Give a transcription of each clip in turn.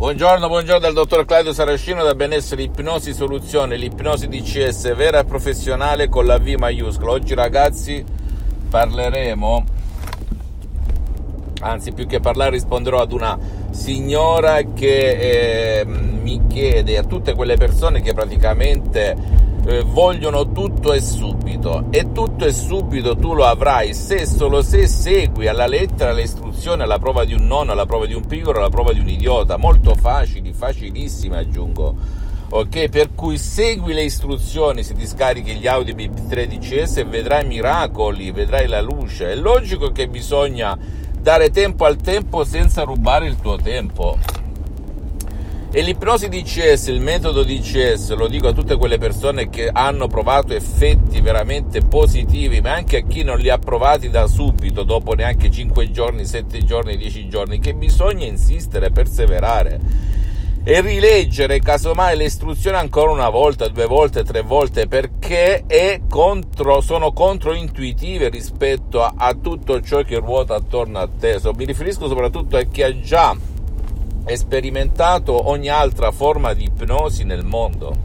Buongiorno dal dottor Claudio Saracino da Benessere Ipnosi Soluzione, l'ipnosi DCS vera e professionale con la V maiuscola. Oggi ragazzi parleremo, anzi più che parlare risponderò ad una signora che mi chiede, a tutte quelle persone che praticamente vogliono tutto e subito, e tutto e subito tu lo avrai solo se segui alla lettera le istruzioni, alla prova di un nonno, alla prova di un piccolo, alla prova di un idiota, molto facilissime aggiungo, ok? Per cui segui le istruzioni, se ti scarichi gli audio MP3 DCS e vedrai miracoli, vedrai la luce. È logico che bisogna dare tempo al tempo senza rubare il tuo tempo. E l'ipnosi DCS, il metodo DCS, lo dico a tutte quelle persone che hanno provato effetti veramente positivi, ma anche a chi non li ha provati da subito, dopo neanche 5 giorni, 7 giorni, 10 giorni, che bisogna insistere, perseverare e rileggere casomai le istruzioni ancora una volta, 2 volte, 3 volte, perché sono controintuitive rispetto a tutto ciò che ruota attorno a te. Mi riferisco soprattutto a chi ha già sperimentato ogni altra forma di ipnosi nel mondo,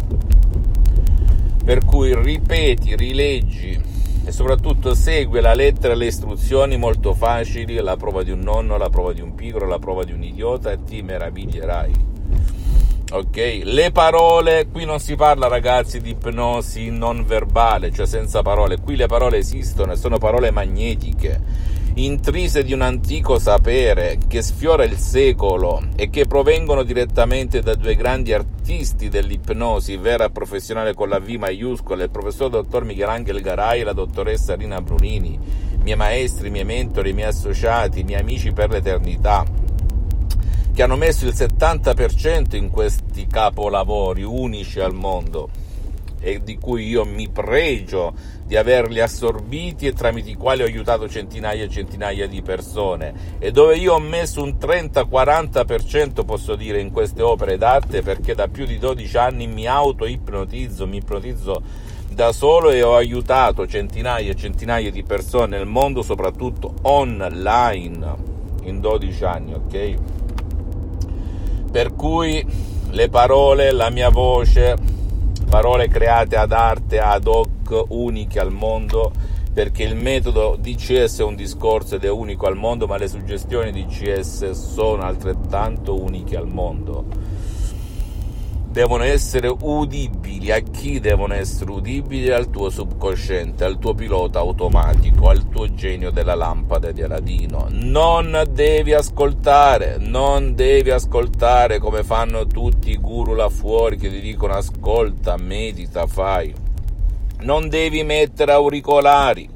per cui ripeti, rileggi e soprattutto segui la lettera e le istruzioni molto facili, la prova di un nonno, la prova di un piccolo, la prova di un idiota, e ti meraviglierai. Ok, le parole, qui non si parla ragazzi di ipnosi non verbale, cioè senza parole. Qui le parole esistono e sono parole magnetiche, intrise di un antico sapere che sfiora il secolo e che provengono direttamente da 2 grandi artisti dell'ipnosi vera e professionale con la V maiuscola, il professor dottor Michelangelo Garai e la dottoressa Rina Brunini, miei maestri, miei mentori, miei associati, miei amici per l'eternità, che hanno messo il 70% in questi capolavori unici al mondo e di cui io mi pregio di averli assorbiti e tramite i quali ho aiutato centinaia e centinaia di persone, e dove io ho messo un 30-40% posso dire in queste opere d'arte, perché da più di 12 anni mi ipnotizzo da solo e ho aiutato centinaia e centinaia di persone nel mondo, soprattutto online, in 12 anni, ok? Per cui le parole, la mia voce, parole create ad arte, ad hoc, uniche al mondo, perché il metodo DCS è un discorso ed è unico al mondo, ma le suggestioni DCS sono altrettanto uniche al mondo. Devono essere udibili. A chi devono essere udibili? Al tuo subconsciente, al tuo pilota automatico, al tuo genio della lampada di Aladino. Non devi ascoltare come fanno tutti i guru là fuori che ti dicono ascolta, medita, fai. Non devi mettere auricolari.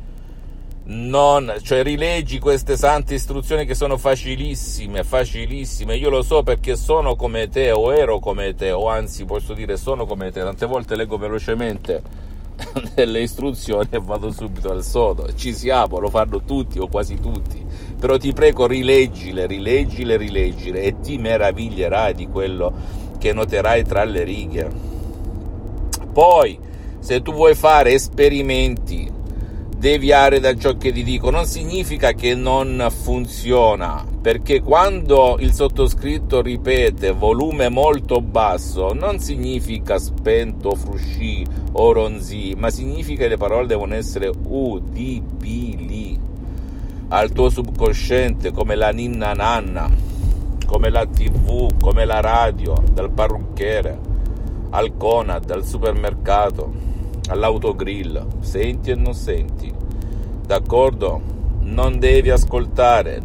Rileggi queste sante istruzioni che sono facilissime, io lo so perché sono come te, o ero come te, o anzi posso dire sono come te. Tante volte leggo velocemente delle istruzioni e vado subito al sodo. Ci siamo, lo fanno tutti o quasi tutti, però ti prego rileggile e ti meraviglierai di quello che noterai tra le righe. Poi, se tu vuoi fare esperimenti, deviare da ciò che ti dico non significa che non funziona, perché quando il sottoscritto ripete volume molto basso non significa spento, frusci o ronzi, ma significa che le parole devono essere udibili al tuo subconsciente, come la ninna nanna, come la TV, come la radio, dal parrucchiere al Conad, al supermercato, all'autogrill. Senti e non senti, d'accordo? Non devi ascoltare.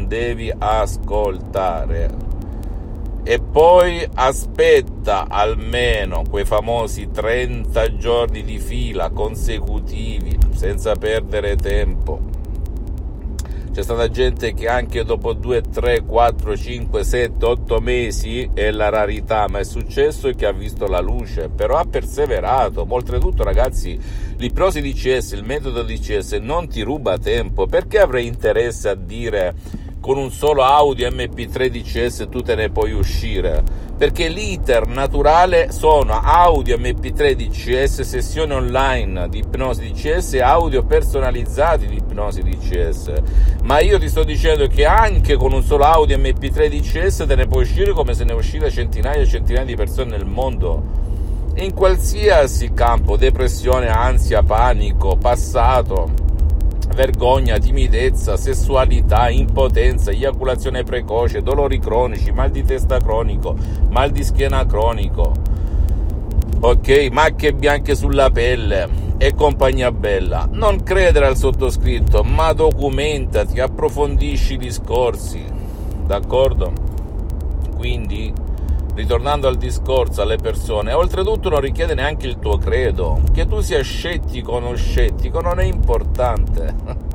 E poi aspetta almeno quei famosi 30 giorni di fila consecutivi senza perdere tempo. C'è stata gente che anche dopo 2, 3, 4, 5, 7, 8 mesi, è la rarità, ma è successo e che ha visto la luce, però ha perseverato. Oltretutto ragazzi, l'ipnosi DCS, il metodo DCS non ti ruba tempo. Perché avrei interesse a dire con un solo audio MP3 DCS tu te ne puoi uscire? perché l'iter naturale sono audio MP3 DCS, sessioni online di ipnosi DCS e audio personalizzati di ipnosi DCS. Ma io ti sto dicendo che anche con un solo audio MP3 DCS te ne puoi uscire come se ne uscire centinaia e centinaia di persone nel mondo, in qualsiasi campo: depressione, ansia, panico, passato, vergogna, timidezza, sessualità, impotenza, eiaculazione precoce, dolori cronici, mal di testa cronico, mal di schiena cronico, ok, macchie bianche sulla pelle e compagnia bella. Non credere al sottoscritto, ma documentati, approfondisci i discorsi, d'accordo? Quindi, ritornando al discorso, alle persone, oltretutto non richiede neanche il tuo credo. Che tu sia scettico o non scettico non è importante.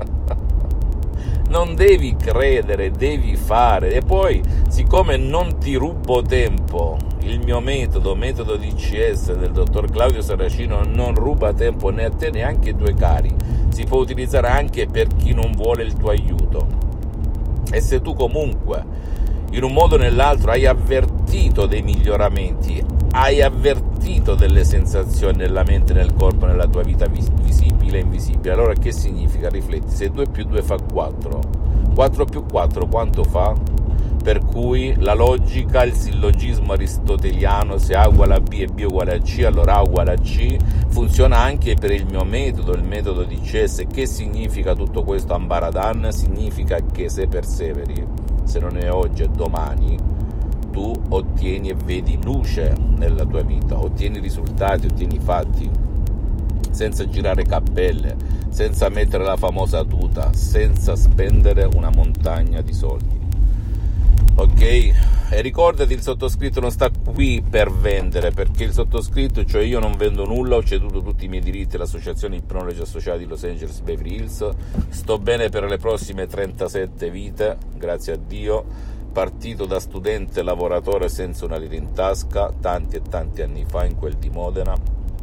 Non devi credere, devi fare. E poi, siccome non ti rubo tempo, il mio metodo DCS del dottor Claudio Saracino non ruba tempo né a te né anche ai tuoi cari. Si può utilizzare anche per chi non vuole il tuo aiuto. E se tu comunque in un modo o nell'altro hai avvertito dei miglioramenti, hai avvertito delle sensazioni nella mente, nel corpo, nella tua vita visibile e invisibile, allora che significa? Rifletti: se 2 più 2 fa 4, 4 più 4 quanto fa? Per cui la logica, il sillogismo aristoteliano, se A uguale a B e B uguale a C, allora A uguale a C, funziona anche per il mio metodo, il metodo DCS. Che significa tutto questo, Ambaradan? Significa che se perseveri, se non è oggi e domani, tu ottieni e vedi luce nella tua vita, ottieni risultati, ottieni fatti, senza girare cappelle, senza mettere la famosa tuta, senza spendere una montagna di soldi. Ok? E ricordati, il sottoscritto non sta qui per vendere, perché il sottoscritto, cioè io, non vendo nulla, ho ceduto tutti i miei diritti all'associazione Ipnologi Associati di Los Angeles Beverly Hills, sto bene per le prossime 37 vite, grazie a Dio, partito da studente lavoratore senza una lira in tasca tanti e tanti anni fa in quel di Modena,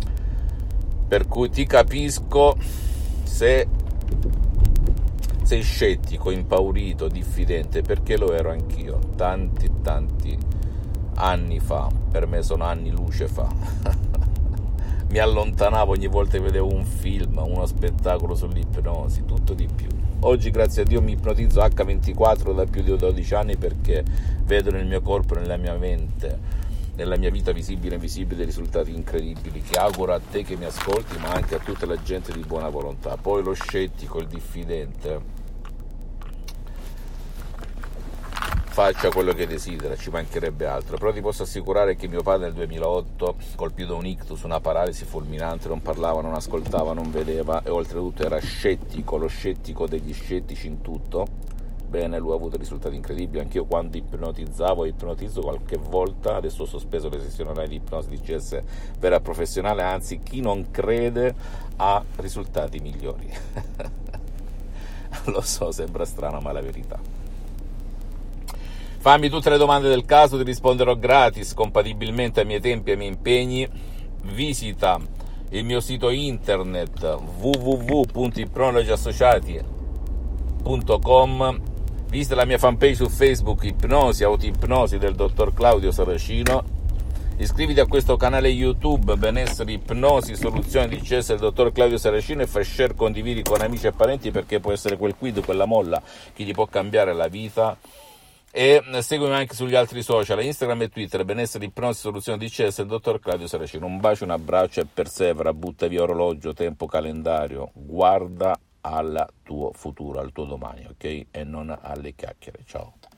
per cui ti capisco se sei scettico, impaurito, diffidente, perché lo ero anch'io tanti anni fa. Per me sono anni luce fa. Mi allontanavo ogni volta che vedevo un film, uno spettacolo sull'ipnosi, tutto di più. Oggi, grazie a Dio, mi ipnotizzo H24 da più di 12 anni, perché vedo nel mio corpo, nella mia mente, nella mia vita visibile e invisibile, dei risultati incredibili che auguro a te che mi ascolti, ma anche a tutta la gente di buona volontà. Poi lo scettico, il diffidente, faccia quello che desidera, ci mancherebbe altro, però ti posso assicurare che mio padre nel 2008, colpito da un ictus, una paralisi fulminante, non parlava, non ascoltava, non vedeva e oltretutto era scettico, lo scettico degli scettici in tutto. Bene, lui ha avuto risultati incredibili. Anch'io quando ipnotizzo qualche volta, adesso ho sospeso le sessioni online di ipnosi DCS vera professionale, anzi chi non crede ha risultati migliori. Lo so, sembra strano, ma è la verità. Fammi tutte le domande del caso, ti risponderò gratis, compatibilmente ai miei tempi e ai miei impegni. Visita il mio sito internet www.ipnologiassociati.com, visita la mia fanpage su Facebook, Ipnosi, Autoipnosi del dottor Claudio Saracino, iscriviti a questo canale YouTube, Benessere, Ipnosi, Soluzioni DCS del dottor Claudio Saracino, e fai share, condividi con amici e parenti, perché può essere quel quid, quella molla che gli può cambiare la vita. E seguimi anche sugli altri social, Instagram e Twitter, Benessere, Ipnosi, Soluzioni DCS del dottor Claudio Saracino. Un bacio, un abbraccio e persevera, butta via orologio, tempo, calendario, guarda al tuo futuro, al tuo domani, ok? E non alle chiacchiere. Ciao.